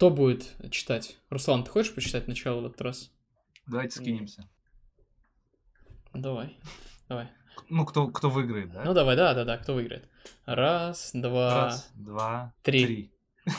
Кто будет читать? Руслан, ты хочешь почитать начало в этот раз? Давайте скинемся. Давай. Ну, кто выиграет, да? Ну, давай, да, кто выиграет? Раз, два, три.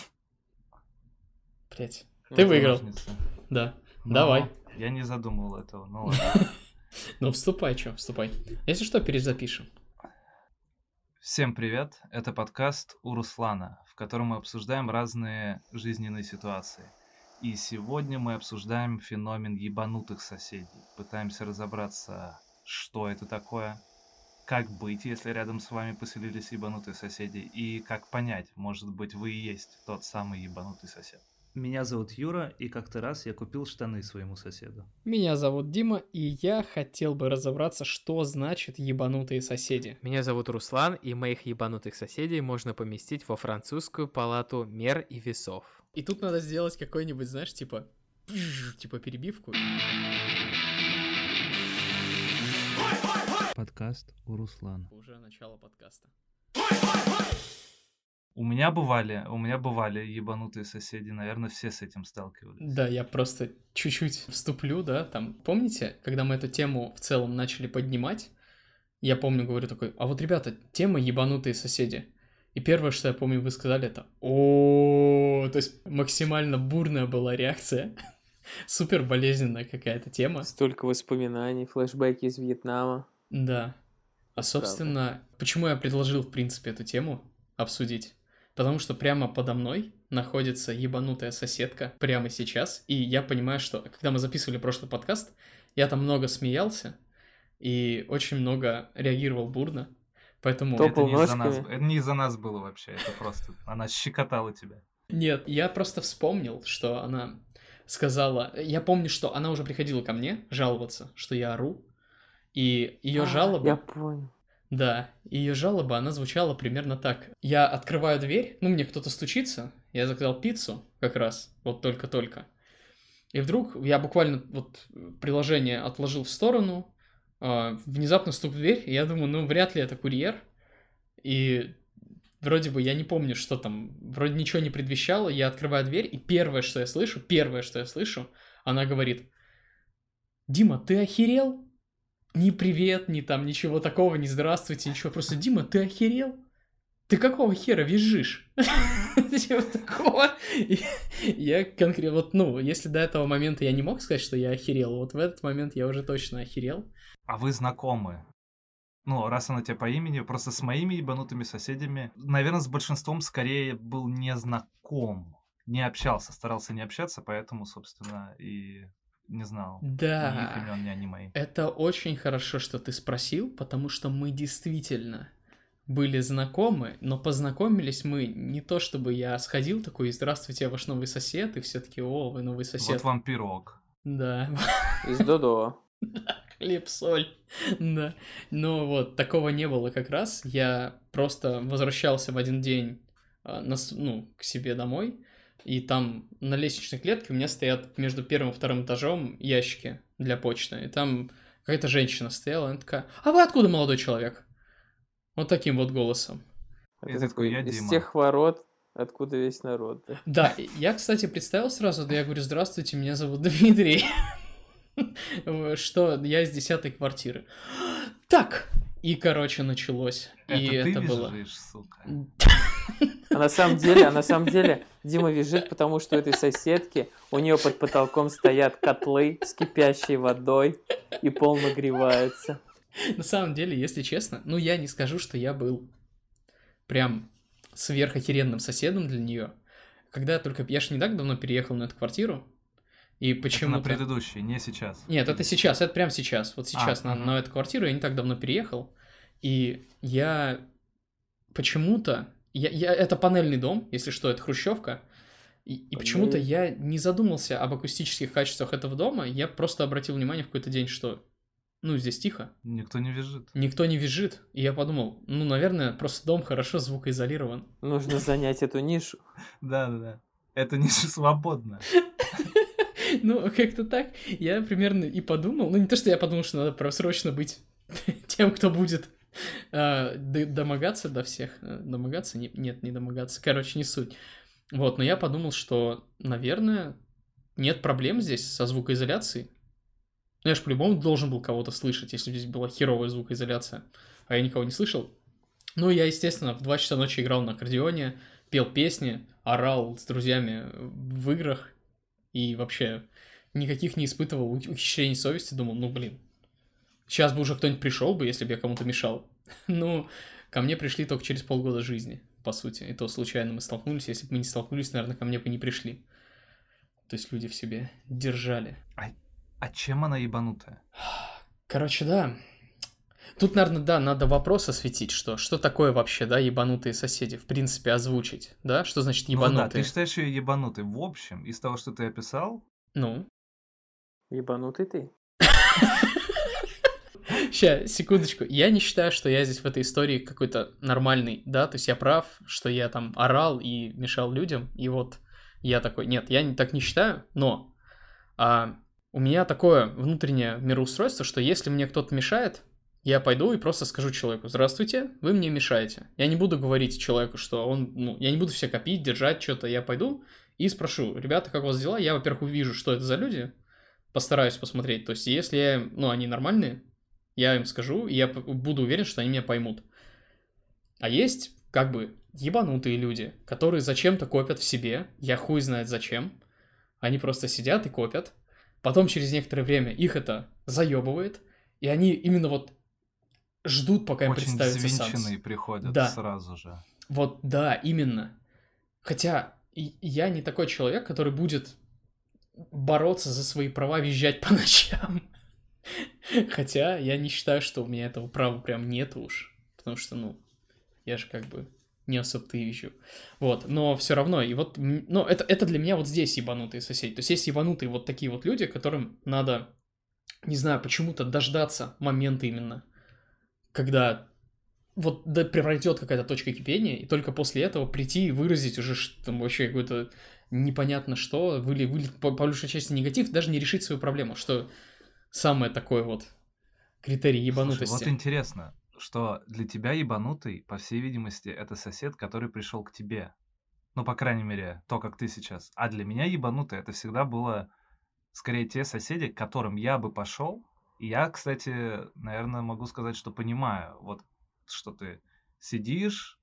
Блять. Ты выиграл. Ножницы. Да. Но Давай. Я не задумывал этого, ну ладно. Ну, вступай. Если что, перезапишем. Всем привет, это подкаст у Руслана, в котором мы обсуждаем разные жизненные ситуации. И сегодня мы обсуждаем феномен ебанутых соседей. Пытаемся разобраться, что это такое, как быть, если рядом с вами поселились ебанутые соседи, и как понять, может быть, вы и есть тот самый ебанутый сосед. Меня зовут Юра, и как-то раз я купил штаны своему соседу. Меня зовут Дима, и я хотел бы разобраться, что значит ебанутые соседи. Меня зовут Руслан, и моих ебанутых соседей можно поместить во французскую палату мер и весов. И тут надо сделать какой-нибудь, знаешь, типа перебивку. Подкаст у Руслана. Уже начало подкаста. У меня бывали ебанутые соседи, наверное, все с этим сталкивались. Да, я просто чуть-чуть вступлю, да, там, помните, когда мы эту тему в целом начали поднимать, я помню, говорю такой, а вот, ребята, тема ебанутые соседи. И первое, что я помню, вы сказали, это то есть максимально бурная была реакция, супер болезненная какая-то тема. Столько воспоминаний, флешбеки из Вьетнама. Да. А, собственно, почему я предложил, в принципе, эту тему обсудить? Потому что прямо подо мной находится ебанутая соседка прямо сейчас, и я понимаю, что когда мы записывали прошлый подкаст, я там много смеялся и очень много реагировал бурно, поэтому... Это не из-за нас было вообще, это просто она щекотала тебя. Нет, я просто вспомнил, что она сказала... Я помню, что она уже приходила ко мне жаловаться, что я ору, и ее жалоба... Я понял. Да, ее жалоба, она звучала примерно так. Я открываю дверь, мне кто-то стучится, я заказал пиццу как раз, вот только-только. И вдруг я буквально приложение отложил в сторону, внезапно стук в дверь, и я думаю, вряд ли это курьер. И вроде бы я не помню, что там, вроде ничего не предвещало, я открываю дверь, и первое, что я слышу, она говорит: «Дима, ты охерел?» Ни привет, ни там ничего такого, ни здравствуйте, ничего. Просто: «Дима, ты охерел? Ты какого хера визжишь?» Типа такого. Я конкретно, если до этого момента я не мог сказать, что я охерел, вот в этот момент я уже точно охерел. А вы знакомы? Раз она тебя по имени, просто с моими ебанутыми соседями, наверное, с большинством скорее был не знаком, не общался, старался не общаться, поэтому, собственно, и... не знал. Да. Ни их имен, ни они мои. Это очень хорошо, что ты спросил, потому что мы действительно были знакомы, но познакомились мы не то, чтобы я сходил такой: «Здравствуйте, я ваш новый сосед», и все таки: «О, вы новый сосед». Вот вам пирог. Да. Из Додо. Хлеб, соль. Да. Но такого не было как раз. Я просто возвращался в один день к себе домой, и там на лестничной клетке у меня стоят между первым и вторым этажом ящики для почты. И там какая-то женщина стояла, она такая: «А вы откуда, молодой человек?» Вот таким вот голосом. Я такой: «Я из Дима». тех ворот, откуда весь народ. Да? Да, я, кстати, представил сразу, да, я говорю: «Здравствуйте, меня зовут Дмитрий». Что я из 10-й квартиры. Так, и, началось. И это ты было... визжишь, сука. А на самом деле, Дима визжит, потому что у этой соседки, у нее под потолком стоят котлы с кипящей водой, и пол нагревается. На самом деле, если честно, я не скажу, что я был прям сверхохеренным соседом для нее. Я же не так давно переехал на эту квартиру, и почему-то... Это на предыдущей, не сейчас. Нет, это сейчас, это прямо сейчас. Вот сейчас на эту квартиру я не так давно переехал, и я почему-то... Это панельный дом, если что, это хрущевка, и почему-то я не задумался об акустических качествах этого дома, я просто обратил внимание в какой-то день, что здесь тихо. Никто не визжит. Никто не визжит, и я подумал, наверное, просто дом хорошо звукоизолирован. Нужно занять эту нишу. Да. Эта ниша свободна. Как-то так. Я примерно и подумал. Не то, что я подумал, что надо срочно быть тем, кто будет домогаться до всех. Домогаться? Нет, не домогаться. Короче, не суть. Вот, но я подумал, что, наверное, нет проблем здесь со звукоизоляцией. Ну, я же по-любому должен был кого-то слышать, если здесь была херовая звукоизоляция, а я никого не слышал. Ну, я, естественно, в 2 часа ночи играл на аккордеоне, пел песни, орал с друзьями в играх и вообще никаких не испытывал ухищрений совести. Думал, ну, блин, сейчас бы уже кто-нибудь пришел бы, если бы я кому-то мешал. Ну, ко мне пришли только через полгода жизни, по сути. И то случайно мы столкнулись. Если бы мы не столкнулись, наверное, ко мне бы не пришли. То есть люди в себе держали. А чем она ебанутая? Короче, да. Тут, наверное, да, надо вопрос осветить, что такое вообще, да, ебанутые соседи, в принципе, озвучить, да, что значит Ну да, ты ебанутые? считаешь ее ебаnuтой. В общем, из того, что ты описал, Ну, Ебанутый ты. сейчас, секундочку, я не считаю, что я здесь в этой истории какой-то нормальный, да, то есть я прав, что я там орал и мешал людям, и вот я такой, нет, я так не считаю, но у меня такое внутреннее мироустройство, что если мне кто-то мешает, я пойду и просто скажу человеку: здравствуйте, вы мне мешаете. Я не буду говорить человеку, что он, ну, я не буду все копить, держать что-то. Я пойду и спрошу: ребята, как у вас дела? Я, во-первых, увижу, что это за люди, постараюсь посмотреть. То есть, если, ну, они нормальные, я им скажу, и я буду уверен, что они меня поймут. А есть, как бы, ебанутые люди, которые зачем-то копят в себе, я хуй знает зачем. Они просто сидят и копят. Потом через некоторое время их это заебывает, и они именно вот ждут, пока им очень представится шанс. взвинченные приходят Да. сразу же. Вот, да, именно. Хотя я не такой человек, который будет бороться за свои права, визжать по ночам. Хотя я не считаю, что у меня этого права прям нет уж. Потому что, ну, я же как бы не особо-то и вижу. Вот, но все равно, и вот, ну, это для меня вот здесь ебанутые соседи. То есть есть ебанутые вот такие вот люди, которым надо, не знаю, почему-то дождаться момента именно, когда вот да, превратит какая-то точка кипения, и только после этого прийти и выразить уже там вообще какое-то непонятно что, вылить по большей части негатив, даже не решить свою проблему, что самое такое вот критерий Слушай, ебанутости. вот интересно, что для тебя ебанутый, по всей видимости, это сосед, который пришел к тебе. Ну, по крайней мере, то, как ты сейчас. А для меня ебанутый это всегда было скорее те соседи, к которым я бы пошел. И я, кстати, наверное, могу сказать, что понимаю, вот что ты сидишь,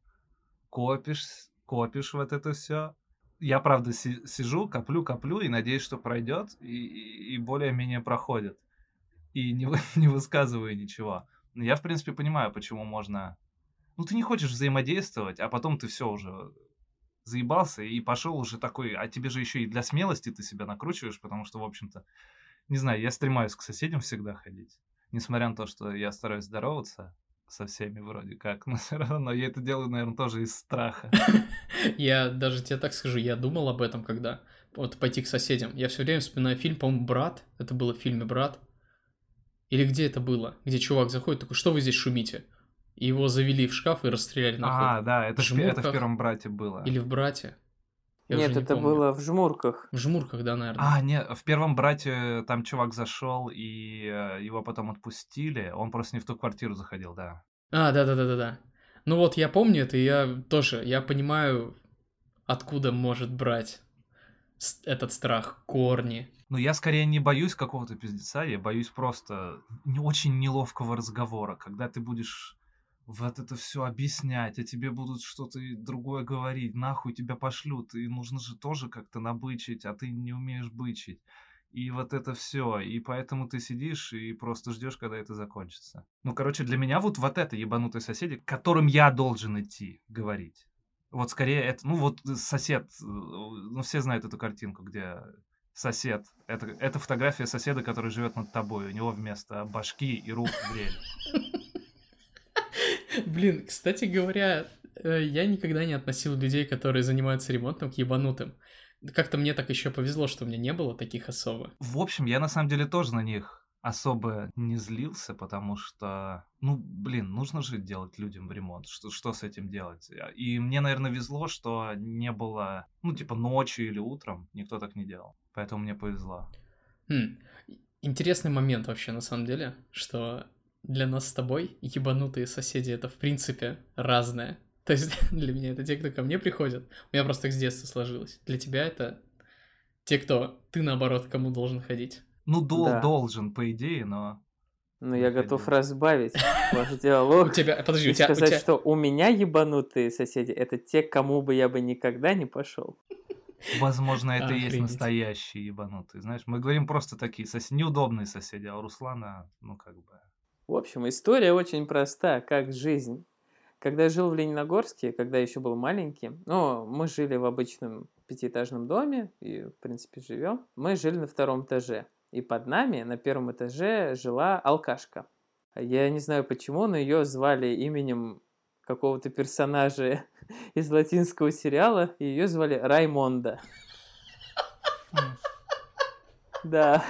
копишь вот это все. Я, правда, сижу, коплю и надеюсь, что пройдет, и более-менее проходит. И не высказываю ничего. Но я, в принципе, понимаю, почему можно... Ну, ты не хочешь взаимодействовать, а потом ты все уже заебался и пошел уже такой... А тебе же еще и для смелости ты себя накручиваешь, потому что, в общем-то, не знаю, я стремаюсь к соседям всегда ходить. Несмотря на то, что я стараюсь здороваться со всеми вроде как, но все равно я это делаю, наверное, тоже из страха. Я даже тебе так скажу, я думал об этом, когда вот пойти к соседям. Я все время вспоминаю фильм, по-моему, «Брат». Это было в фильме «Брат». Или где это было? Где чувак заходит, такой: что вы здесь шумите? И его завели в шкаф и расстреляли нахуй. Да, это в «Жмурках» первом брате было. или в «Брате». Я Нет, уже не это помню. было в «Жмурках». В «Жмурках», да, наверное. Нет, в первом брате там чувак зашел, и его потом отпустили. Он просто не в ту квартиру заходил, да. Да. Ну вот, я помню это, и я понимаю, откуда может брать этот страх корни. Ну, я скорее не боюсь какого-то пиздеца, я боюсь просто не очень неловкого разговора, когда ты будешь вот это все объяснять, а тебе будут что-то другое говорить, нахуй тебя пошлют, и нужно же тоже как-то набычить, а ты не умеешь бычить. И вот это все, и поэтому ты сидишь и просто ждешь, когда это закончится. Ну, короче, для меня вот это ебанутые соседи, к которым я должен идти говорить. Вот скорее это, ну вот сосед, ну все знают эту картинку, где сосед, это фотография соседа, который живет над тобой, у него вместо башки и рук дрель. Блин, кстати говоря, я никогда не относил людей, которые занимаются ремонтом, к ебанутым. Как-то мне так еще повезло, что у меня не было таких особо. В общем, я на самом деле тоже на них особо не злился, потому что, ну, блин, нужно же делать людям ремонт. Что с этим делать? И мне, наверное, везло, что не было, ну, типа, ночью или утром. Никто так не делал. Поэтому мне повезло. Интересный момент вообще, на самом деле, что для нас с тобой ебанутые соседи — это, в принципе, разное. То есть для меня это те, кто ко мне приходят. У меня просто так с детства сложилось. Для тебя это те, кто ты, наоборот, кому должен ходить. Ну, Да. должен, по идее, но... Но я Выходи. готов разбавить ваш диалог У тебя, подожди, и у тебя... сказать, что у меня ебанутые соседи — это те, к кому бы я бы никогда не пошел. Возможно, это и есть Охренеть. настоящие ебанутые. Знаешь, мы говорим просто такие неудобные соседи, а у Руслана, ну, как бы... В общем, история очень проста, как жизнь. Когда я жил в Лениногорске, когда я еще был маленький, ну, мы жили в обычном пятиэтажном доме, и, в принципе, живем. Мы жили на 2-м этаже. И под нами на 1-м этаже жила алкашка. Я не знаю почему, но ее звали именем какого-то персонажа из латинского сериала, и ее звали Раймонда. Да.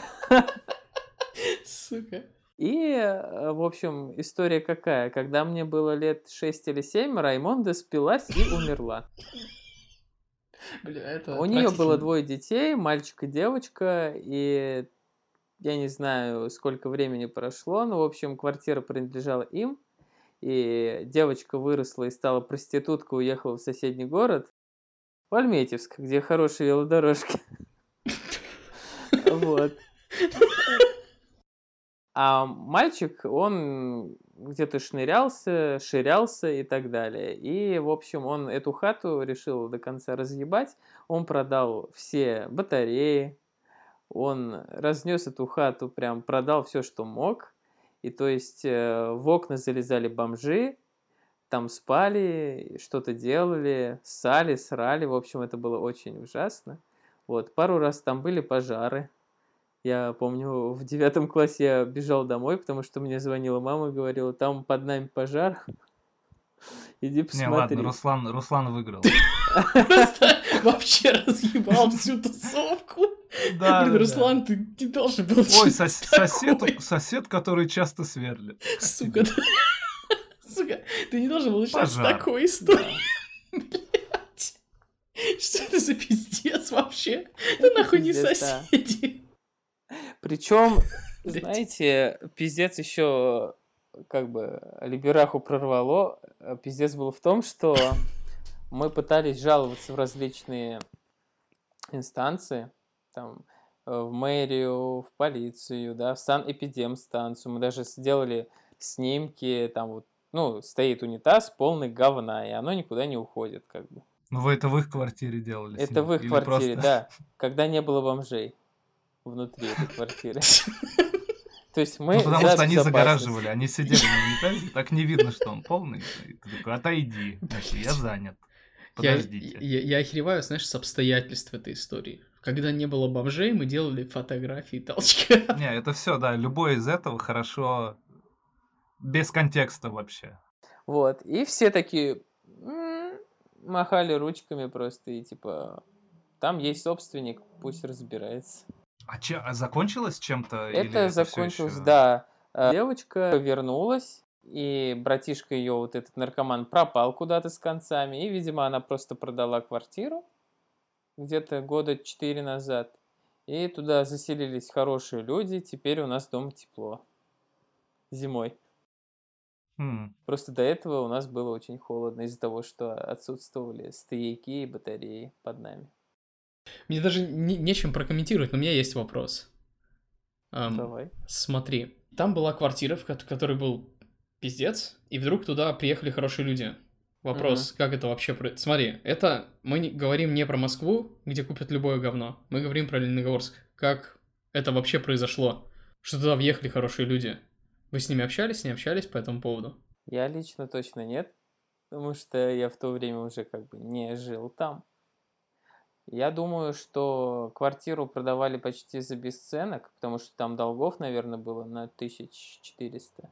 Сука. И, в общем, история какая? Когда мне было лет 6 или 7, Раймонда спилась и умерла. Бля, это У нее было отвратительно. 2 детей, мальчик и девочка, и я не знаю, сколько времени прошло, но, в общем, квартира принадлежала им, и девочка выросла и стала проституткой, уехала в соседний город, в Альметьевск, где хорошие велодорожки. Вот. А мальчик, он где-то ширялся и так далее. И, в общем, он эту хату решил до конца разъебать. Он продал все батареи, он разнес эту хату, прям продал все, что мог. И то есть в окна залезали бомжи, там спали, что-то делали, ссали, срали. В общем, это было очень ужасно. Вот, пару раз там были пожары. Я помню, в 9 классе я бежал домой, потому что мне звонила мама и говорила, там под нами пожар, иди Не, ладно, посмотри. Руслан выиграл. Просто вообще разъебал всю тусовку. Да, Блин, да, Руслан, ты не должен был Ой, жить такой. сосед, который часто сверлит. Сука, сука, ты не должен был начинать с Пожар. такой истории. Блядь. Что это за пиздец вообще? Это нахуй не пиздец, да. соседи. Причем, Блядь. знаете, пиздец еще как бы либераху прорвало. Пиздец был в том, что мы пытались жаловаться в различные инстанции, там, в мэрию, в полицию, да, в санэпидемстанцию. Мы даже сделали снимки, там вот, ну, стоит унитаз полный говна, и оно никуда не уходит, как бы. Ну вы это в их квартире делали? Это в их Или квартире, просто- да, когда не было бомжей внутри этой квартиры. То есть мы Ну, потому за что они безопасность. загораживали, они сидели на унитазе, так не видно, что он полный. И ты такой, отойди, значит, я занят. Подождите. Я охереваю, знаешь, с обстоятельств этой истории. Когда не было бомжей, мы делали фотографии толчка. Не, это все, да, любой из этого хорошо, без контекста вообще. Вот. И все такие махали ручками просто и типа там есть собственник, пусть разбирается. А закончилось чем-то? или Это всё закончилось, ещё- да. Девочка вернулась, и братишка ее, вот этот наркоман, пропал куда-то с концами, и, видимо, она просто продала квартиру где-то года 4 назад, и туда заселились хорошие люди, теперь у нас дома тепло. Зимой. Просто до этого у нас было очень холодно из-за того, что отсутствовали стояки и батареи под нами. Мне даже нечем прокомментировать, но у меня есть вопрос. Давай. Смотри, там была квартира, в которой был пиздец, и вдруг туда приехали хорошие люди. Вопрос, как это вообще... Смотри, это мы говорим не про Москву, где купят любое говно. Мы говорим про Лениногорск. Как это вообще произошло? Что туда въехали хорошие люди? Вы с ними общались, не общались по этому поводу? Я лично точно нет, потому что я в то время уже как бы не жил там. Я думаю, что квартиру продавали почти за бесценок, потому что там долгов, наверное, было на 1400.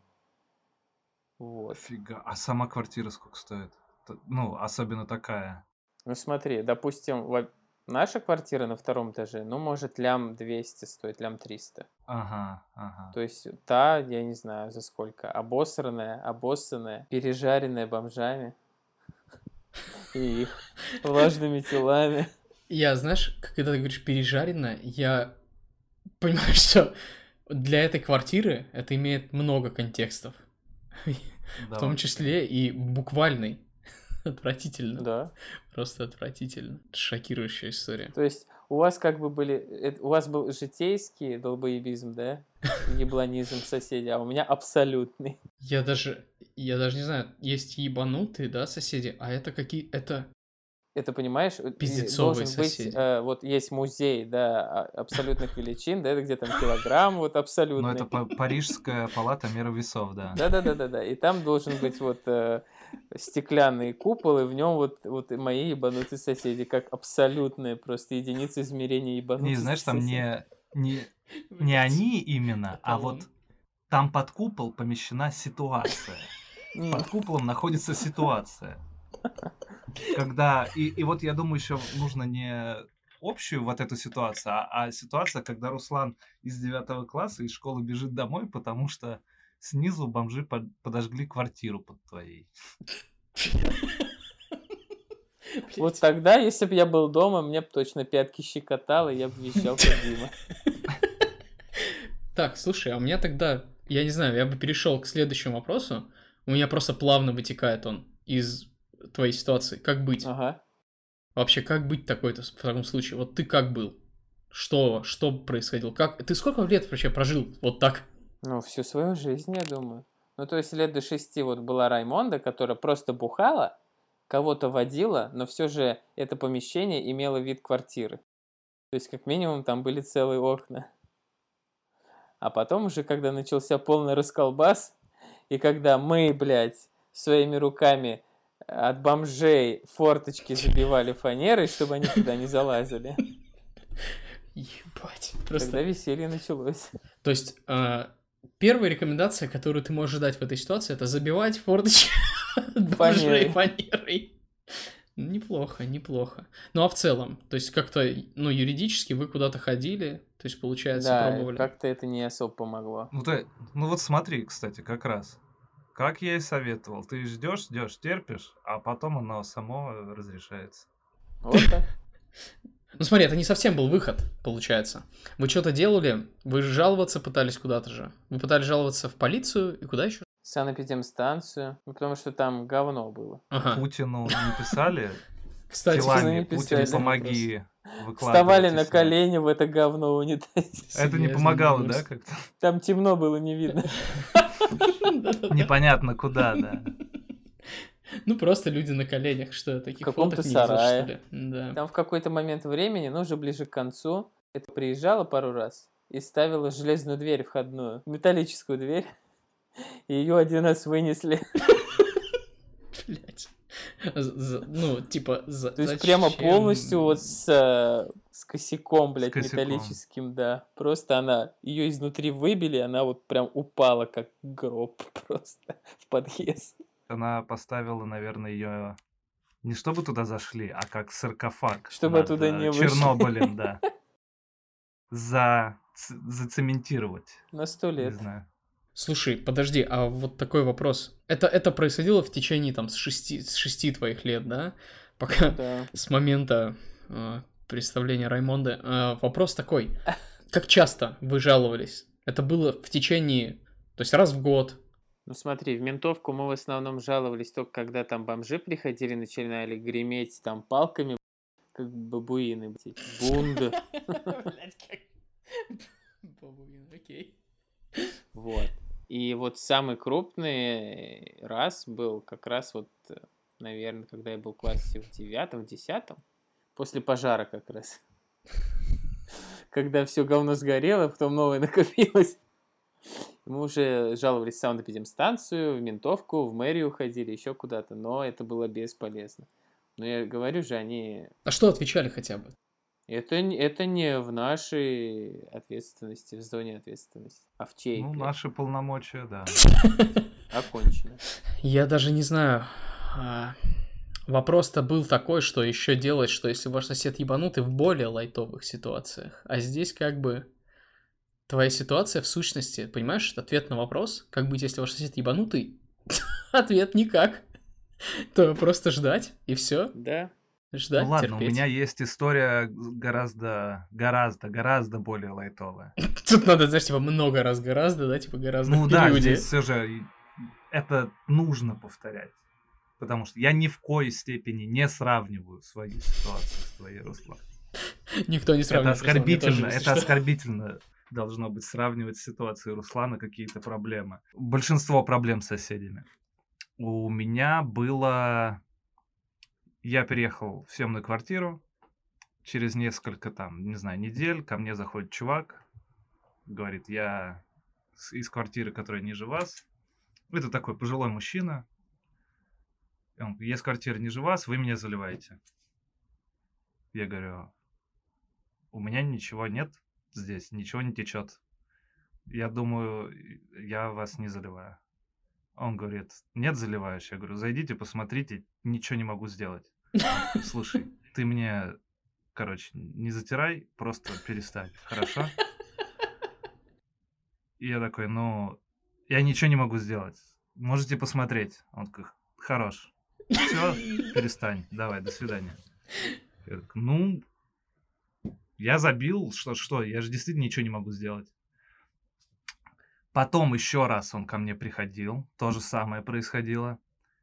Вот. Фига. А сама квартира сколько стоит? Ну, особенно такая. Ну смотри, допустим, наша квартира на 2-м этаже, ну, может, лям 200 стоит, лям 300. Ага. То есть та, я не знаю, за сколько, обоссанная, пережаренная бомжами и их влажными телами. Я, знаешь, когда ты говоришь пережарено, я понимаю, что для этой квартиры это имеет много контекстов. В том числе и буквальный. Отвратительно. Да. Просто отвратительно. Шокирующая история. То есть у вас как бы у вас был житейский долбоебизм, да? Ебланизм соседей, а у меня абсолютный. Я даже не знаю, есть ебанутые, да, соседи, а это Это, понимаешь, пиздецовые должен быть, соседи. вот есть музей, да, абсолютных величин, да, это где там килограмм, вот Ну, абсолютный. это Парижская палата меры весов, да. Да. И там должен быть вот стеклянный купол, и в нем вот и мои ебанутые соседи, как абсолютные просто единицы измерения ебанутости. Не, знаешь, там не Блядь. они именно, а Эталон. вот там под купол помещена ситуация. Под куполом находится ситуация. Когда... И вот я думаю, еще нужно не общую вот эту ситуацию, а ситуация, когда Руслан из 9 класса из школы бежит домой, потому что снизу бомжи подожгли квартиру под твоей. Вот Блядь. тогда, если бы я был дома, мне бы точно пятки щекотало, и я бы вещал как Дима. Так, слушай, а у меня тогда, я не знаю, я бы перешел к следующему вопросу. У меня просто плавно вытекает он из твоей ситуации. Как быть? Ага. Вообще, как быть в таком случае? Вот ты как был? Что происходило? Ты сколько лет вообще прожил вот так? Ну, всю свою жизнь, я думаю. Ну, то есть лет до 6 вот была Раймонда, которая просто бухала, кого-то водила, но все же это помещение имело вид квартиры. То есть, как минимум, там были целые окна. А потом уже, когда начался полный расколбас, и когда мы, блядь, своими руками от бомжей форточки забивали фанерой, чтобы они туда не залазили, Ебать. тогда Просто... веселье началось. То есть, первая рекомендация, которую ты можешь дать в этой ситуации, это забивать форточки от бомжей фанерой. Неплохо. Ну, а в целом, то есть, как-то, ну, юридически вы куда-то ходили, то есть, получается, Да, пробовали. как-то это не особо помогло. Ну вот смотри, кстати, как раз. Как я и советовал. Ты ждешь, терпишь, а потом оно само разрешается. Вот так. Ну, смотри, это не совсем был выход, получается. Вы что-то делали, вы жаловаться пытались куда-то же. Вы пытались жаловаться в полицию и куда еще? Санэпидемстанцию, ну, потому что там говно было. Ага. Путину не писали? Кстати, Телами, не писали. Путин, помоги. Вставали на выкладывайтесь. колени в это говно в унитазе. Это не Серьезно, помогало, ужас. да, как-то? Там темно было, не видно. Непонятно куда, да. Ну, просто люди на коленях, что таких каком-то фоток не видел, сарае. что ли? Да. Там в какой-то момент времени, ну, уже ближе к концу, это приезжала пару раз и ставила железную дверь входную, металлическую дверь, и ее один раз вынесли. Блять. Ну, типа, То есть прямо полностью вот с косяком, блядь, С косяком. металлическим, да. Просто она, ее изнутри выбили, она вот прям упала, как гроб просто в подъезд. Она поставила, наверное, ее не чтобы туда зашли, а как саркофаг. Чтобы над, оттуда не вышли. Чернобылем, да. Зацементировать. На 100 Не лет. знаю. Слушай, подожди, а вот такой вопрос. Это происходило в течение, там, с 6 твоих лет, да? Пока Да. с момента представления Раймонды. Вопрос такой. Как часто вы жаловались? Это было в течение, то есть раз в год? Ну смотри, в ментовку мы в основном жаловались только когда там бомжи приходили, начинали греметь там палками, как бабуины, блядь. Бунда. Блять, как... Бабуин, окей. Вот. И вот самый крупный раз был как раз вот, наверное, когда я был в классе в 9-м, 10-м, после пожара как раз. Когда все говно сгорело, потом новое накопилось. Мы уже жаловались в санэпидемстанцию, в ментовку, в мэрию ходили, еще куда-то, но это было бесполезно. Но я говорю же, они... А что отвечали хотя бы? Это не в нашей ответственности, в зоне ответственности, а в чьей, Ну, блядь, наши полномочия, да. окончено. Я даже не знаю. Вопрос-то был такой, что еще делать, что если ваш сосед ебанутый в более лайтовых ситуациях. А здесь как бы твоя ситуация в сущности, понимаешь, ответ на вопрос, как быть, если ваш сосед ебанутый, ответ никак. То просто ждать, и все. Да. Ждать, Ну ладно, терпеть. у меня есть история гораздо более лайтовая. Тут надо, знаешь, типа много раз гораздо, да, типа гораздо Ну в да, периоде. здесь все же это нужно повторять. Потому что я ни в коей степени не сравниваю свою ситуацию с твоей, Руслан. Никто не Это сравнивает. Руслан, мне тоже, оскорбительно, если это что. оскорбительно должно быть сравнивать с ситуацией Руслана какие-то проблемы. Большинство проблем с соседями. У меня было... Я переехал в съемную квартиру. Через несколько, там, не знаю, недель ко мне заходит чувак. Говорит, я из квартиры, которая ниже вас. Это такой пожилой мужчина. Он говорит, я из квартиры ниже вас, вы меня заливаете. Я говорю, у меня ничего нет здесь, ничего не течет. Я думаю, я вас не заливаю. Он говорит, нет, заливаешь. Я говорю, зайдите, посмотрите, ничего не могу сделать. Он такой, слушай, ты мне, короче, не затирай, просто перестань, хорошо? И я такой, ну, я ничего не могу сделать. Можете посмотреть. Он такой, хорош. Все, перестань, давай, до свидания. Я такой, ну, я забил, что, я же действительно ничего не могу сделать. Потом еще раз он ко мне приходил, то же самое происходило.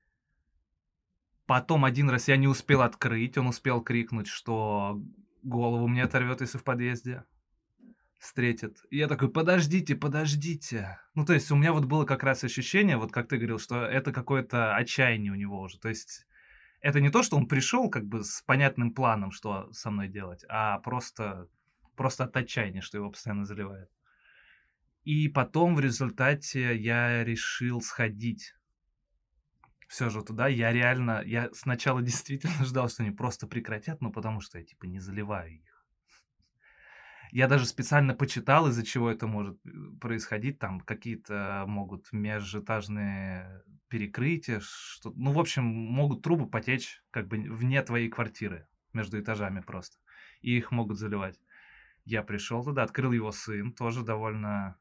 Потом один раз я не успел открыть, он успел крикнуть, что голову мне оторвет, если в подъезде встретит. И я такой, подождите, подождите. Ну, то есть у меня вот было как раз ощущение, вот как ты говорил, что это какое-то отчаяние у него уже. То есть это не то, что он пришел как бы с понятным планом, что со мной делать, а просто от отчаяния, что его постоянно заливает. И потом в результате я решил сходить все же туда. Я сначала действительно ждал, что они просто прекратят, но потому что я типа не заливаю их. Я даже специально почитал, из-за чего это может происходить. Там какие-то могут межэтажные перекрытия, что, ну, в общем, могут трубы потечь как бы вне твоей квартиры, между этажами просто. И их могут заливать. Я пришел туда, открыл его сын, тоже довольно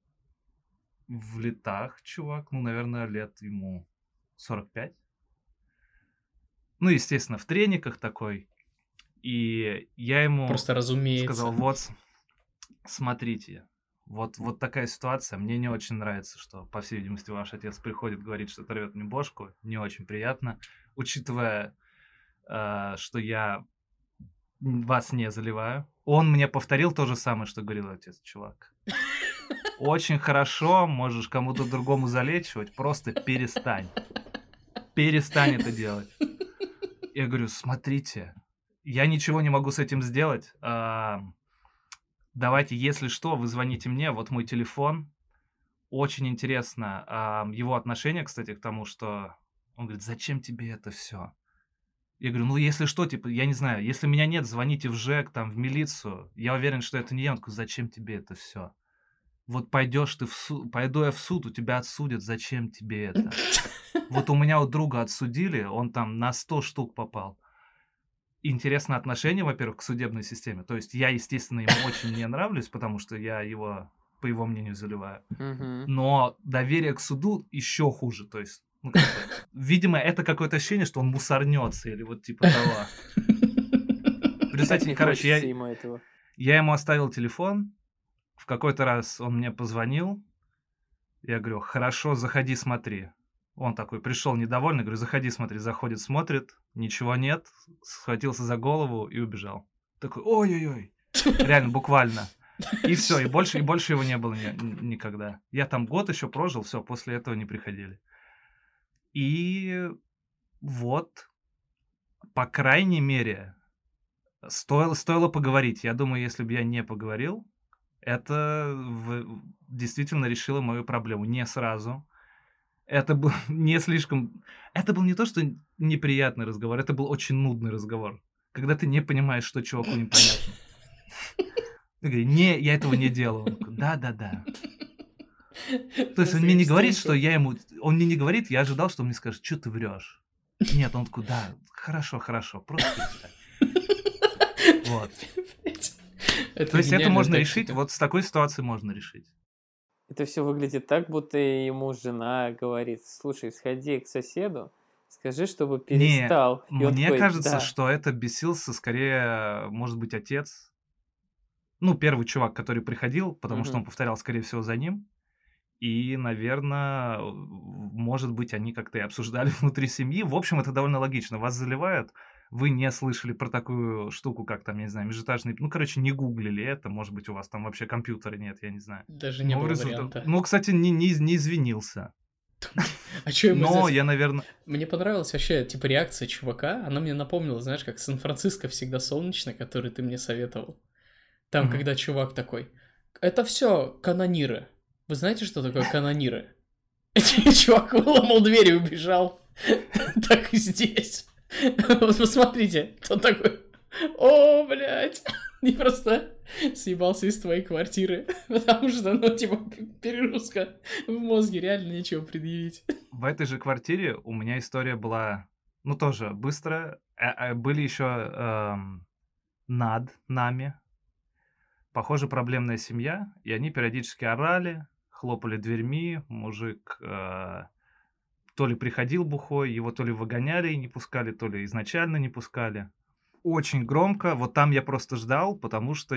в летах чувак, ну, наверное, лет ему 45. Ну, естественно, в трениках такой. И я ему Просто разумеется. сказал, вот, смотрите, вот такая ситуация. Мне не очень нравится, что, по всей видимости, ваш отец приходит, говорит, что оторвет мне бошку. Не очень приятно, учитывая, что я вас не заливаю. Он мне повторил то же самое, что говорил отец, чувак. Очень хорошо, можешь кому-то другому залечивать, просто перестань. Перестань это делать. Я говорю, смотрите, я ничего не могу с этим сделать. Давайте, если что, вы звоните мне, вот мой телефон. Очень интересно его отношение, кстати, к тому, что... Он говорит, зачем тебе это все? Я говорю, ну, если что, типа, я не знаю, если меня нет, звоните в ЖЭК, там, в милицию. Я уверен, что это не я. Он такой, зачем тебе это все? Вот пойдешь ты в суд, пойду я в суд, у тебя отсудят, зачем тебе это? Вот у меня у друга отсудили, он там на 100 штук попал. Интересное отношение, во-первых, к судебной системе. То есть я, естественно, ему очень не нравлюсь, потому что я его, по его мнению, заливаю. Но доверие к суду еще хуже. То есть, ну, видимо, это какое-то ощущение, что он мусорнется или вот типа того. Представьте, короче, я ему оставил телефон. В какой-то раз он мне позвонил. Я говорю, хорошо, заходи, смотри. Он такой пришел недовольный, говорю, заходи, смотри. Заходит, смотрит, ничего нет, схватился за голову и убежал. Такой, ой-ой-ой. Реально, буквально. И все, и больше его не было никогда. Я там год еще прожил, все, после этого не приходили. И вот, по крайней мере, стоило поговорить. Я думаю, если бы я не поговорил, это действительно решило мою проблему. Не сразу. Это был не слишком... Это был не то, что неприятный разговор, это был очень нудный разговор. Когда ты не понимаешь, что чуваку непонятно. Ты говоришь, не, я этого не делал. Он такой, да. То есть он мне не говорит, что я ему... Он мне не говорит, я ожидал, что он мне скажет, что ты врешь. Нет, он такой, да, хорошо, просто перестань. Вот. То есть это можно решить, вот с такой ситуацией можно решить. Это все выглядит так, будто ему жена говорит, слушай, сходи к соседу, скажи, чтобы перестал. Мне кажется, что это бесился скорее, может быть, отец. Ну, первый чувак, который приходил, потому что он повторял, скорее всего, за ним. И, наверное, может быть, они как-то и обсуждали внутри семьи. В общем, это довольно логично. Вас заливают, вы не слышали про такую штуку, как там, я не знаю, межэтажный... Ну, короче, не гуглили это. Может быть, у вас там вообще компьютера нет, я не знаю. Даже не Но в было результате... варианта. Ну, кстати, не извинился. А что ему Но здесь? я, наверное... Мне понравилась вообще, типа, реакция чувака. Она мне напомнила, знаешь, как Сан-Франциско всегда солнечно, который ты мне советовал. Там, Мгм. когда чувак такой, это все канониры. Вы знаете, что такое канониры? И чувак выломал дверь и убежал. Так и здесь. Вот посмотрите, кто такой. О, блядь. И просто съебался из твоей квартиры. Потому что, ну, типа, перегрузка в мозге, реально нечего предъявить. В этой же квартире у меня история была, ну, тоже быстрая. Были еще над нами, похоже, проблемная семья, и они периодически орали, хлопали дверьми. Мужик то ли приходил бухой, его то ли выгоняли и не пускали, то ли изначально не пускали. Очень громко. Вот там я просто ждал, потому что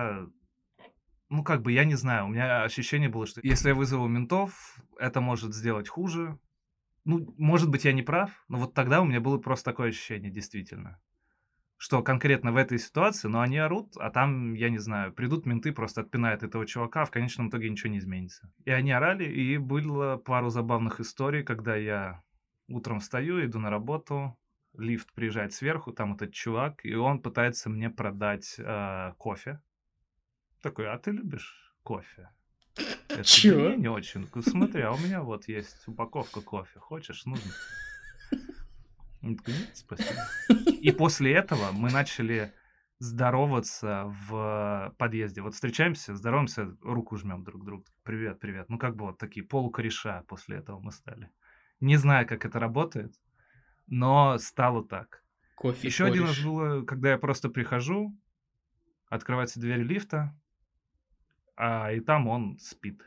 ну, как бы, я не знаю, у меня ощущение было, что если я вызову ментов, это может сделать хуже. Ну, может быть, я не прав, но вот тогда у меня было просто такое ощущение, действительно, что конкретно в этой ситуации, но они орут, а там, я не знаю, придут менты, просто отпинают этого чувака, а в конечном итоге ничего не изменится. И они орали, и было пару забавных историй, когда я утром встаю, иду на работу, лифт приезжает сверху, там этот чувак, и он пытается мне продать кофе. Такой, а ты любишь кофе? Это для меня Чё? не очень. Смотри, а у меня вот есть упаковка кофе. Хочешь? Нужно тебе? Он такой, нет, спасибо. И после этого мы начали здороваться в подъезде. Вот встречаемся, здороваемся, руку жмем друг другу. Привет, привет. Ну, как бы вот такие полукореша после этого мы стали. Не знаю, как это работает, но стало так. Кофе Еще один раз кореш. было, когда я просто прихожу, открывается дверь лифта, и там он спит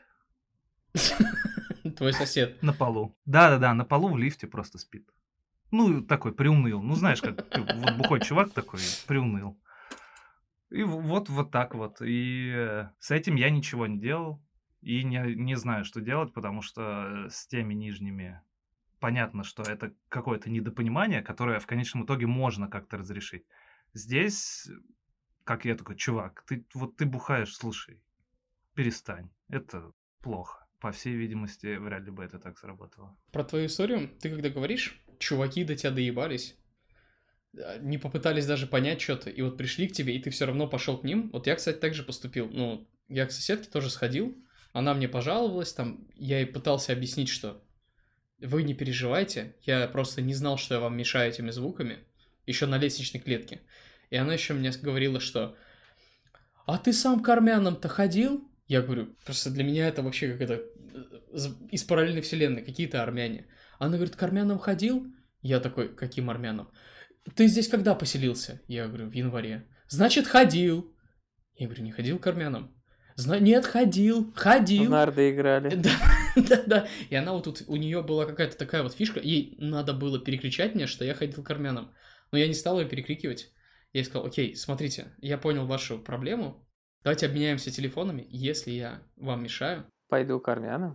Твой сосед. на полу. Да-да-да, на полу в лифте просто спит. Ну, такой приуныл. Ну, знаешь, как вот бухой чувак такой приуныл. И вот так вот. И с этим я ничего не делал. И не знаю, что делать, потому что с теми нижними понятно, что это какое-то недопонимание, которое в конечном итоге можно как-то разрешить. Здесь, как я такой, чувак, ты бухаешь, слушай, перестань. Это плохо. По всей видимости, вряд ли бы это так сработало. Про твою историю, ты когда говоришь, чуваки до тебя доебались, не попытались даже понять что-то, и вот пришли к тебе, и ты все равно пошел к ним. Вот я, кстати, так же поступил. Ну, я к соседке тоже сходил, она мне пожаловалась, там, я ей пытался объяснить, что вы не переживайте, я просто не знал, что я вам мешаю этими звуками, еще на лестничной клетке. И она еще мне говорила, что «А ты сам к армянам-то ходил?» Я говорю, просто для меня это вообще как это из параллельной вселенной, какие-то армяне. Она говорит, к армянам ходил? Я такой, каким армянам? Ты здесь когда поселился? Я говорю, в январе. Значит, ходил. Я говорю, не ходил к армянам. Нет, ходил. В нарды играли. Да, да, да. И она вот тут, у нее была какая-то такая вот фишка, ей надо было перекричать мне, что я ходил к армянам. Но я не стал ее перекрикивать. Я ей сказал, окей, смотрите, я понял вашу проблему, давайте обменяемся телефонами, если я вам мешаю. Пойду к армянам.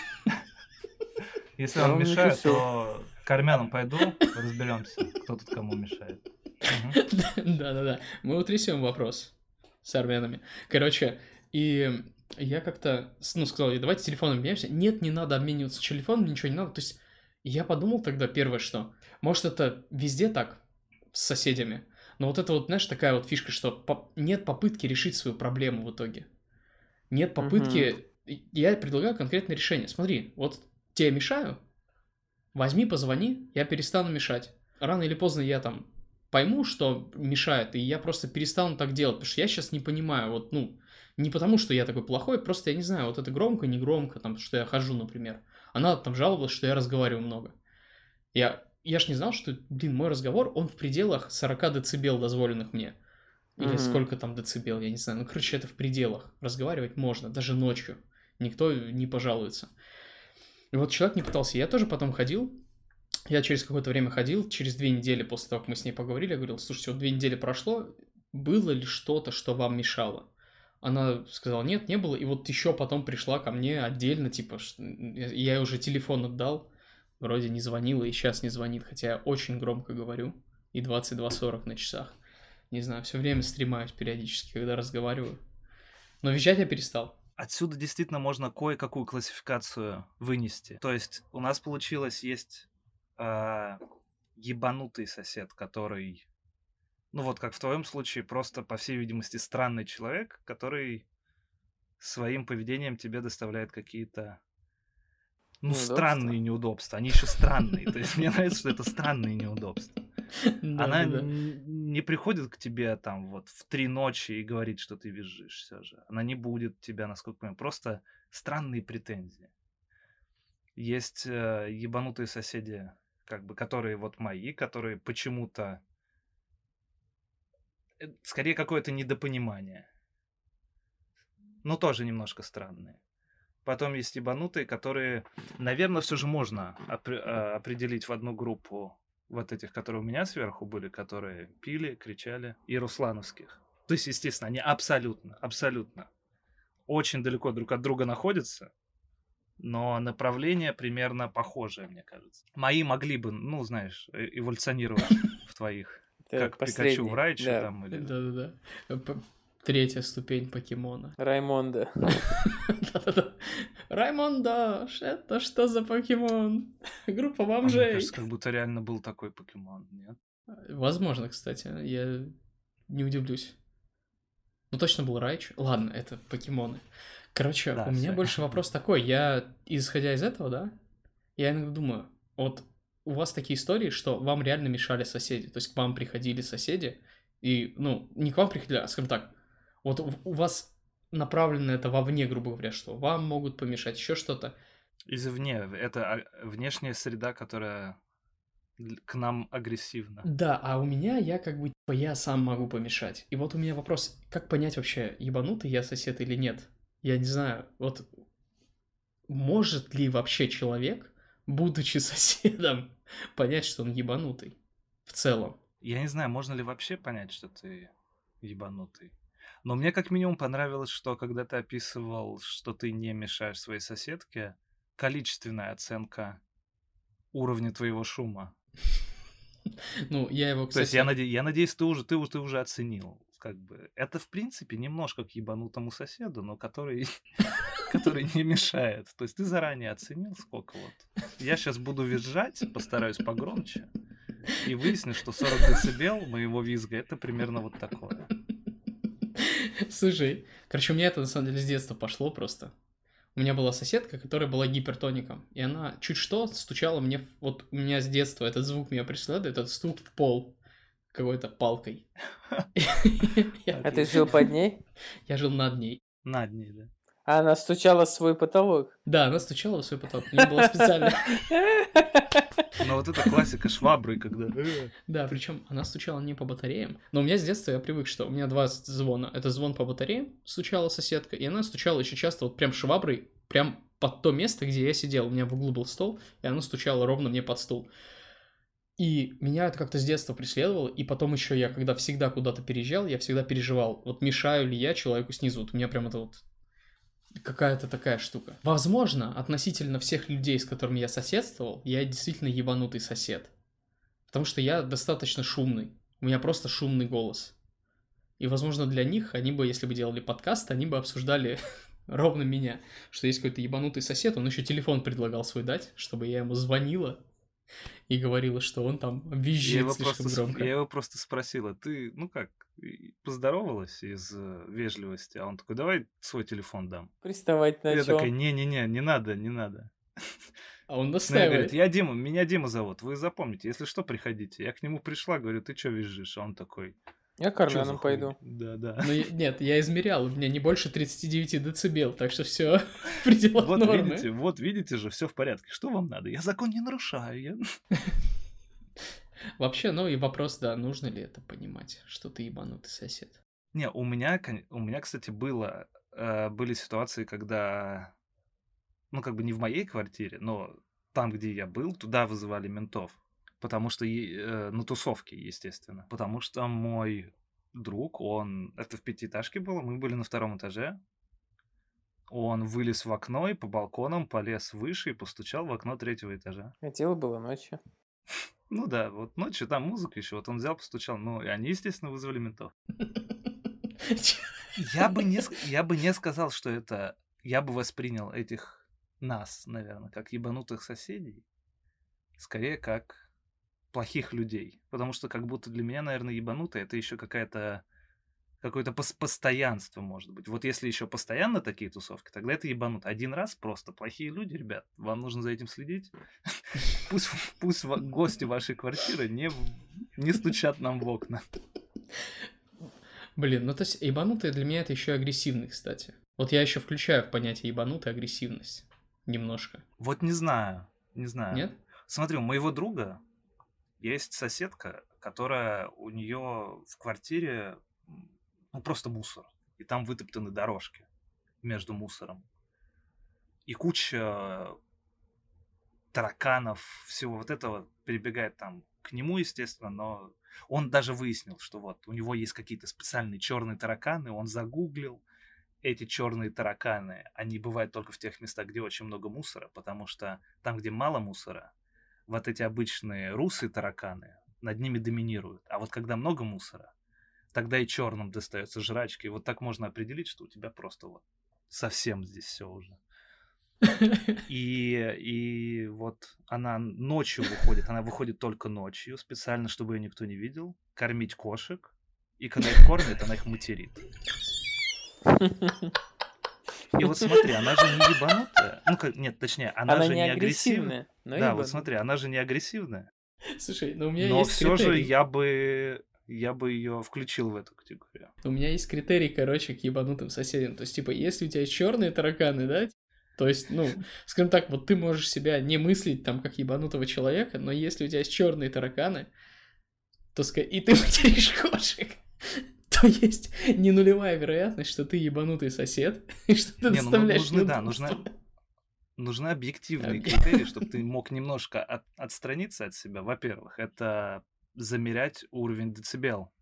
Если Я он вам мешает, напишу. то к армянам пойду, разберемся, кто тут кому мешает. Да-да-да, мы утрясем вопрос с армянами. Короче, и я как-то, ну, сказал, давайте телефоном обменяемся. Нет, не надо обмениваться телефоном, ничего не надо. То есть я подумал тогда первое, что, может, это везде так, с соседями, но вот это вот, знаешь, такая вот фишка, что нет попытки решить свою проблему в итоге. Нет попытки... Я предлагаю конкретное решение. Смотри, вот тебе мешаю, возьми, позвони, я перестану мешать. Рано или поздно я там пойму, что мешает, и я просто перестану так делать, потому что я сейчас не понимаю, вот, ну, не потому, что я такой плохой, просто я не знаю, вот это громко, не громко, там, что я хожу, например. Она там жаловалась, что я разговариваю много. Я ж не знал, что, блин, мой разговор, он в пределах 40 децибел, дозволенных мне. Или сколько там децибел, я не знаю. Ну, короче, это в пределах. Разговаривать можно, даже ночью. Никто не пожалуется. И вот человек не пытался. Я тоже потом ходил. Я через какое-то время ходил, через 2 недели после того, как мы с ней поговорили, я говорил, слушайте, вот 2 недели прошло, было ли что-то, что вам мешало? Она сказала, нет, не было. И вот еще потом пришла ко мне отдельно, типа, я ей уже телефон отдал. Вроде не звонила и сейчас не звонит, хотя я очень громко говорю. И 22:40 на часах. Не знаю, все время стремаюсь периодически, когда разговариваю. Но визжать я перестал. Отсюда действительно можно кое-какую классификацию вынести. То есть у нас получилось, есть ебанутый сосед, который, ну вот как в твоем случае, просто, по всей видимости, странный человек, который своим поведением тебе доставляет какие-то, странные неудобства. Они еще странные. То есть мне нравится, что это странные неудобства. Она не приходит к тебе там вот в 3 ночи и говорит, что ты визжишь все же. Она не будет тебя, насколько я понимаю, просто странные претензии. Есть ебанутые соседи, как бы, которые вот мои, которые почему-то... Скорее какое-то недопонимание. Но тоже немножко странные. Потом есть ебанутые, которые, наверное, все же можно определить в одну группу вот этих, которые у меня сверху были, которые пили, кричали, и руслановских. То есть, естественно, они абсолютно очень далеко друг от друга находятся, но направление примерно похожее, мне кажется. Мои могли бы, ну, знаешь, эволюционировать в твоих, как Пикачу в Райче там. Или... Да-да-да. 3-я ступень покемона. Раймонда. Да-да-да. Раймонда, это что за покемон? Группа бомжей. Мне кажется, как будто реально был такой покемон, нет? Возможно, кстати, я не удивлюсь. Ну, точно был Райч. Ладно, это покемоны. Короче, Да, у меня всё. больше вопрос такой. Я, исходя из этого, да, я иногда думаю, вот у вас такие истории, что вам реально мешали соседи. То есть к вам приходили соседи, и, ну, не к вам приходили, а, скажем так, вот у вас направлено это вовне, грубо говоря, что вам могут помешать, еще что-то. Извне. Это внешняя среда, которая к нам агрессивна. Да, а у меня я как бы, типа, я сам могу помешать. И вот у меня вопрос, как понять вообще, ебанутый я сосед или нет? Я не знаю, вот может ли вообще человек, будучи соседом, понять, что он ебанутый в целом? Я не знаю, можно ли вообще понять, что ты ебанутый. Но мне как минимум понравилось, что когда ты описывал, что ты не мешаешь своей соседке, количественная оценка уровня твоего шума. Ну, я его, То есть кстати... я надеюсь, ты уже оценил. Как бы. Это, в принципе, немножко к ебанутому соседу, но который не мешает. То есть ты заранее оценил, сколько вот. Я сейчас буду визжать, постараюсь погромче, и выясню, что 40 децибел моего визга — это примерно вот такое. Слушай, короче, у меня это на самом деле с детства пошло просто. У меня была соседка, которая была гипертоником, и она чуть что стучала мне... Вот у меня с детства этот звук меня преследует, этот стук в пол какой-то палкой. А ты жил под ней? Я жил над ней. Над ней, да. А она стучала в свой потолок? Да, она стучала в свой потолок. У нее была специально... Но вот это классика швабры, когда... Да, причем она стучала не по батареям. Но у меня с детства я привык, что у меня 2 звона. Это звон по батареям, стучала соседка, и она стучала еще часто вот прям шваброй, прям под то место, где я сидел. У меня в углу был стол, и она стучала ровно мне под стул. И меня это как-то с детства преследовало, и потом еще я, когда всегда куда-то переезжал, я всегда переживал, вот мешаю ли я человеку снизу. Вот у меня прям это вот какая-то такая штука. Возможно, относительно всех людей, с которыми я соседствовал, я действительно ебанутый сосед. Потому что я достаточно шумный. У меня просто шумный голос. И, возможно, для них, они бы, если бы делали подкаст, они бы обсуждали ровно меня. Что есть какой-то ебанутый сосед, он еще телефон предлагал свой дать, чтобы я ему звонила и говорила, что он там визжит слишком громко. Я его просто спросила, ты, ну как, поздоровалась из вежливости? А он такой, давай свой телефон дам. Приставать начал. Я такая, не надо. А он Она настаивает. говорит, меня Дима зовут, вы запомните, если что, приходите. Я к нему пришла, говорю, ты что визжишь? А он такой, Я к «Чё за Армену хуй?» пойду. Да. Ну, нет, я измерял, у меня не больше 39 децибел, так что все в пределах нормы. Вот видите же, все в порядке. Что вам надо? Я закон не нарушаю. Вообще, ну и вопрос, да, нужно ли это понимать, что ты ебанутый сосед? Не, у меня, кстати, были ситуации, когда, ну, как бы не в моей квартире, но там, где я был, туда вызывали ментов. Потому что на тусовке, естественно. Потому что мой друг, это в пятиэтажке было, мы были на 2 этаже. Он вылез в окно и по балконам полез выше и постучал в окно 3 этажа. А дело было ночью. Ну да, вот ночью там музыка еще, вот он взял, постучал, ну и они, естественно, вызвали ментов. Я бы не сказал, что это... Я бы воспринял нас, наверное, как ебанутых соседей, скорее как плохих людей. Потому что как будто для меня, наверное, ебанутые — это еще какое-то постоянство, может быть. Вот если еще постоянно такие тусовки, тогда это ебануто. Один раз просто плохие люди, ребят, вам нужно за этим следить. Пусть гости вашей квартиры не стучат нам в окна. Блин, ну то есть ебанутые для меня это еще агрессивный, кстати. Вот я еще включаю в понятие ебанутая агрессивность. Немножко. Вот не знаю. Нет? Смотри, у моего друга есть соседка, которая у нее в квартире просто мусор. И там вытоптаны дорожки между мусором. И куча тараканов, всего вот этого перебегает там к нему, естественно, но он даже выяснил, что вот у него есть какие-то специальные черные тараканы, он загуглил. Эти черные тараканы, они бывают только в тех местах, где очень много мусора, потому что там, где мало мусора, вот эти обычные русые тараканы над ними доминируют. А вот когда много мусора, тогда и черным достается жрачки. И вот так можно определить, что у тебя просто вот совсем здесь все уже. И вот она ночью выходит, она выходит только ночью, специально, чтобы ее никто не видел, кормить кошек. И когда их кормит, она их материт. И вот смотри, она же не ебанутая. Нет, точнее, она же не агрессивная. Да, вот смотри, она же не агрессивная. Слушай, но у меня но есть все критерий. же я бы ее включил в эту категорию. У меня есть критерий, короче, к ебанутым соседям. То есть, типа, если у тебя есть черные тараканы, да, то есть, ну, скажем так, вот ты можешь себя не мыслить там как ебанутого человека, но если у тебя есть черные тараканы, то и ты материшь кошек, то есть не нулевая вероятность, что ты ебанутый сосед, и что ты доставляешь неудобства. Нужны объективные критерии, чтобы ты мог немножко отстраниться от себя. Во-первых, это замерять уровень децибел.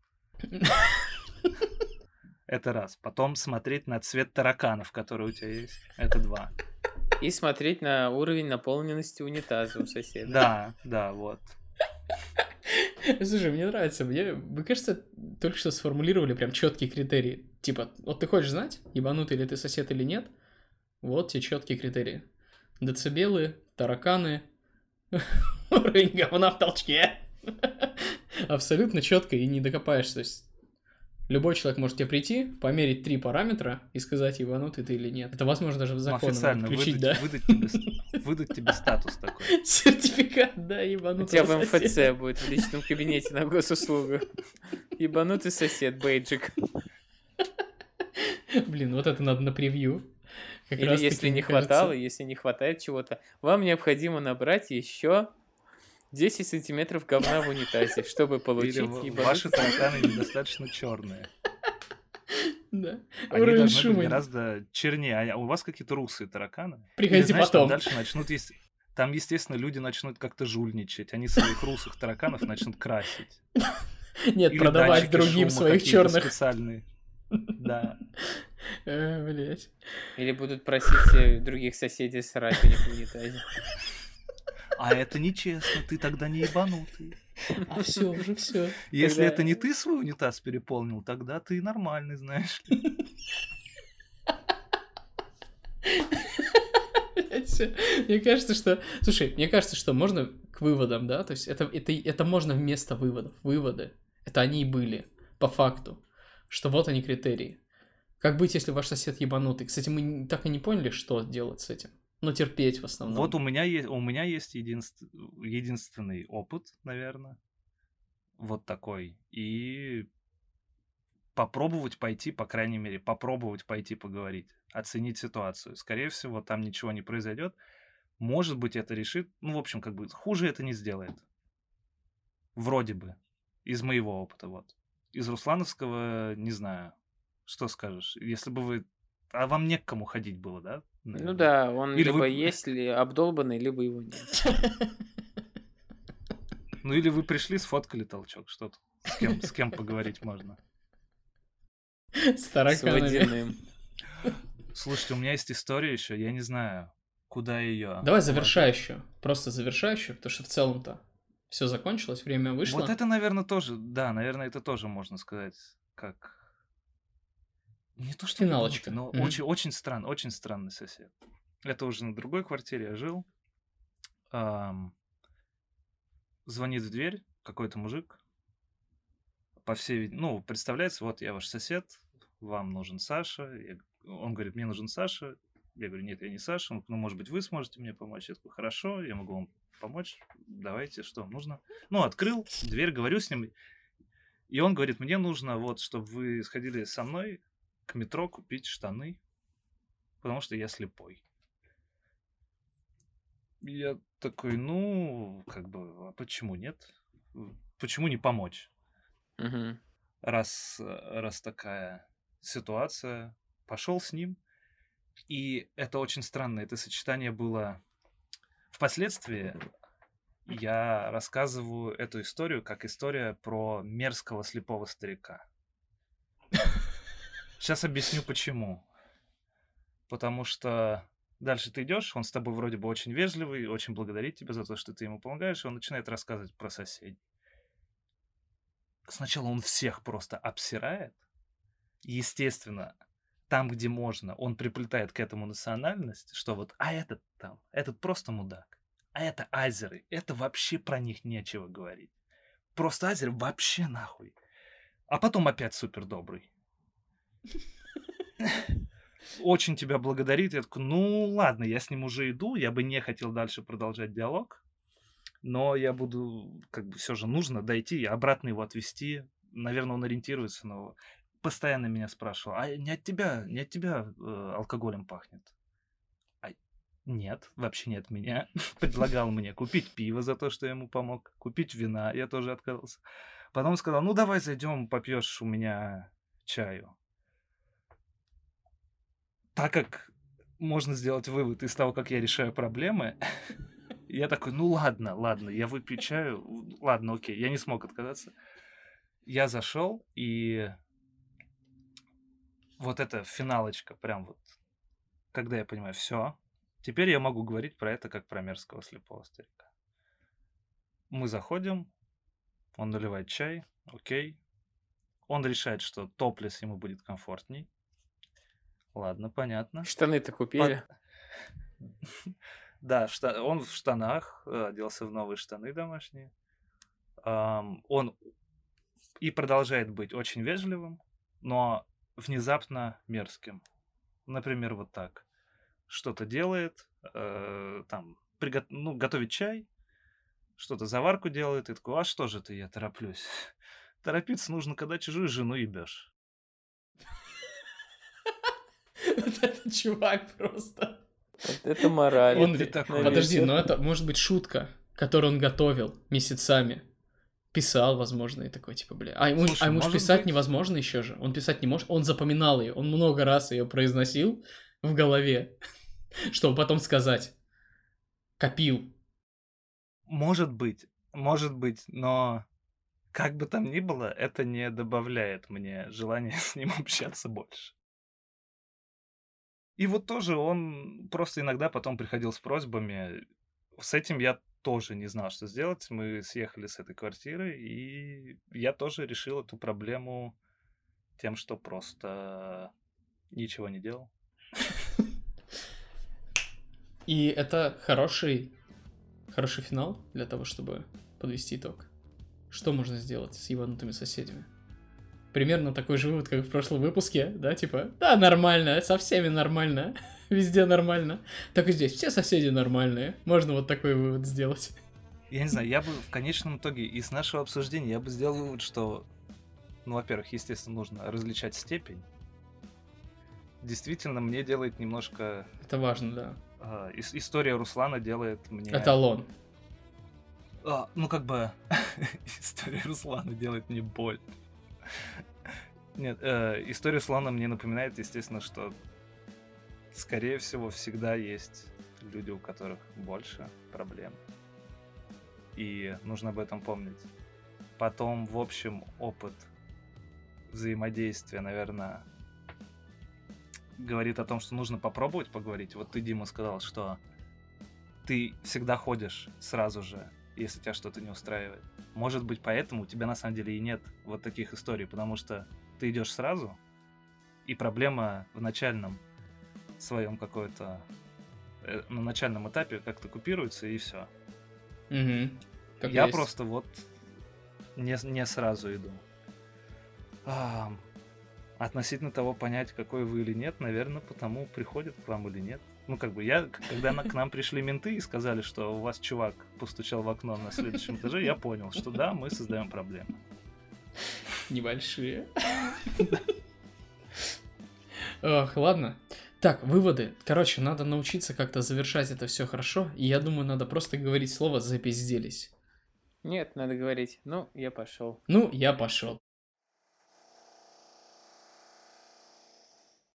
Это раз. Потом смотреть на цвет тараканов, которые у тебя есть. Это 2. И смотреть на уровень наполненности унитаза у соседа. Да, вот. Слушай, мне нравится. Вы, кажется, только что сформулировали прям четкие критерии. Типа, вот ты хочешь знать, ебанутый ли ты сосед или нет? Вот те четкие критерии. Децибелы, тараканы, уровень говна в толчке. Абсолютно четко и не докопаешься. То есть любой человек может тебе прийти, померить 3 параметра и сказать, ебанутый ты или нет. Это возможно даже в закон включить, да? Выдать тебе статус такой. Сертификат, да, ебанутый сосед. У тебя в МФЦ будет в личном кабинете на госуслугу. Ебанутый сосед, бейджик. Блин, вот это надо на превью. Или если не хватало, если не хватает чего-то, вам необходимо набрать еще 10 сантиметров говна в унитазе, чтобы получить ебанутый. Ваши тараканы недостаточно черные. Да. Они должны быть гораздо чернее. А у вас какие-то русые тараканы? Приходите потом. Дальше начнут есть. Там, естественно, люди начнут как-то жульничать. Они своих русых тараканов начнут красить. Нет, продавать другим своих черных. Специальные. Да. Блять. Или будут просить других соседей срать у них в унитазе. А это нечестно, ты тогда не ебанутый. А все, уже все. Если это не ты свой унитаз переполнил, тогда ты нормальный, знаешь ли. Мне кажется, что... Слушай, мне кажется, что можно к выводам, да? То есть это можно вместо выводов. Выводы. Это они и были, по факту. Что вот они критерии. Как быть, если ваш сосед ебанутый? Кстати, мы так и не поняли, что делать с этим. Но терпеть в основном. Вот у меня есть единственный опыт, наверное. Вот такой. И попробовать пойти, по крайней мере, попробовать пойти поговорить. Оценить ситуацию. Скорее всего, там ничего не произойдет. Может быть, это решит. Ну, в общем, как бы хуже это не сделает. Вроде бы. Из моего опыта, вот. Из руслановского не знаю. Что скажешь? Если бы вы... А вам не к кому ходить было, да? Наверное. Ну да, он или либо есть обдолбанный, либо его нет. Ну или вы пришли, сфоткали толчок, что-то. С кем поговорить можно. С С тараканами. водяным. Слушайте, у меня есть история еще, я не знаю, куда ее. Давай завершающую. Просто завершающую, потому что в целом-то все закончилось, время вышло. Вот это, наверное, тоже, да, наверное, это тоже можно сказать, как... Не то, что Финалочка. ебанутый, но Мгм. очень странный сосед. Это уже на другой квартире я жил. Звонит в дверь какой-то мужик. Ну, представляется, вот я ваш сосед, вам нужен Саша. Он говорит, мне нужен Саша. Я говорю, нет, я не Саша. Он, ну, может быть, вы сможете мне помочь? Я такой, хорошо, я могу вам помочь. Давайте, что вам нужно? Ну, открыл дверь, говорю с ним. И он говорит, мне нужно, вот, чтобы вы сходили со мной к метро купить штаны, потому что я слепой. Я такой, ну, как бы, а почему нет? Почему не помочь? Мгм. Раз такая ситуация, пошел с ним. И это очень странно, это сочетание было... Впоследствии я рассказываю эту историю как история про мерзкого слепого старика. Сейчас объясню почему. Потому что дальше ты идешь, он с тобой вроде бы очень вежливый, очень благодарит тебя за то, что ты ему помогаешь, и он начинает рассказывать про соседей. Сначала он всех просто обсирает. Естественно, там, где можно, он приплетает к этому национальность, что вот, а этот там, этот просто мудак, а это азеры, это вообще про них нечего говорить. Просто азеры вообще нахуй. А потом опять супер добрый. Очень тебя благодарит. Я такой, ну ладно, я с ним уже иду, я бы не хотел дальше продолжать диалог, но я буду, как бы все же нужно дойти, обратно его отвезти. Наверное, он ориентируется, но постоянно меня спрашивал, а не от тебя алкоголем пахнет? Нет, вообще не от меня. Предлагал мне купить пиво за то, что я ему помог, купить вина, я тоже отказался. Потом сказал, ну давай зайдем, попьешь у меня чаю. Так как можно сделать вывод из того, как я решаю проблемы, я такой, ну ладно, я выпью чаю, ладно, окей, я не смог отказаться. Я зашел, и вот эта финалочка, прям вот, когда я понимаю, все, теперь я могу говорить про это как про мерзкого слепого старика. Мы заходим, он наливает чай, окей. Он решает, что топлес ему будет комфортней. Ладно, понятно. Штаны-то купили. Да, он в штанах, оделся в новые штаны домашние. Он и продолжает быть очень вежливым, но внезапно мерзким. Например, вот так. Что-то делает, там, готовит чай, что-то заварку делает, и такой, а что же ты, я тороплюсь. Торопиться нужно, когда чужую жену ебешь. Вот этот чувак просто. Вот это мораль. Он ты такой. Подожди, вечер. но это может быть шутка, которую он готовил месяцами. Писал, возможно, и такой, типа, бля. А ему Слушай, ж может писать быть. невозможно еще же. Он писать не может. Он запоминал ее. Он много раз ее произносил в голове, чтобы потом сказать. Копил. Может быть, но как бы там ни было, это не добавляет мне желания с ним общаться больше. И вот тоже он просто иногда потом приходил с просьбами. С этим я тоже не знал, что сделать. Мы съехали с этой квартиры, и я тоже решил эту проблему тем, что просто ничего не делал. И это хороший финал для того, чтобы подвести итог. Что можно сделать с ебанутыми соседями? Примерно такой же вывод, как в прошлом выпуске, да, типа, да, нормально, со всеми нормально, везде нормально. Так и здесь, все соседи нормальные. Можно вот такой вывод сделать. Я не знаю, я бы в конечном итоге из нашего обсуждения я бы сделал вывод, что, ну, во-первых, естественно, нужно различать степень. Действительно, мне делает немножко... Это важно, да. История Руслана делает мне... Эталон. Ну, как бы... История Руслана делает мне боль. Нет, история Руслана мне напоминает, естественно, что, скорее всего, всегда есть люди, у которых больше проблем. И нужно об этом помнить. Потом, в общем, опыт взаимодействие, наверное, говорит о том, что нужно попробовать поговорить. Вот ты, Дима, сказал, что ты всегда ходишь сразу же, если тебя что-то не устраивает. Может быть, поэтому у тебя на самом деле и нет вот таких историй, потому что ты идешь сразу, и проблема в начальном своем какой-то, на начальном этапе как-то купируется, и все. Угу. Я просто вот не сразу иду. Относительно того, понять, какой вы или нет, наверное, потому приходят к вам или нет. Ну, как бы когда к нам пришли менты и сказали, что у вас чувак постучал в окно на следующем этаже, я понял, что да, мы создаем проблемы. Небольшие. Ох, ладно. Так, выводы. Короче, надо научиться как-то завершать это все хорошо, и я думаю, надо просто говорить слово «запизделись». Нет, надо говорить, ну, я пошел. Ну, я пошел.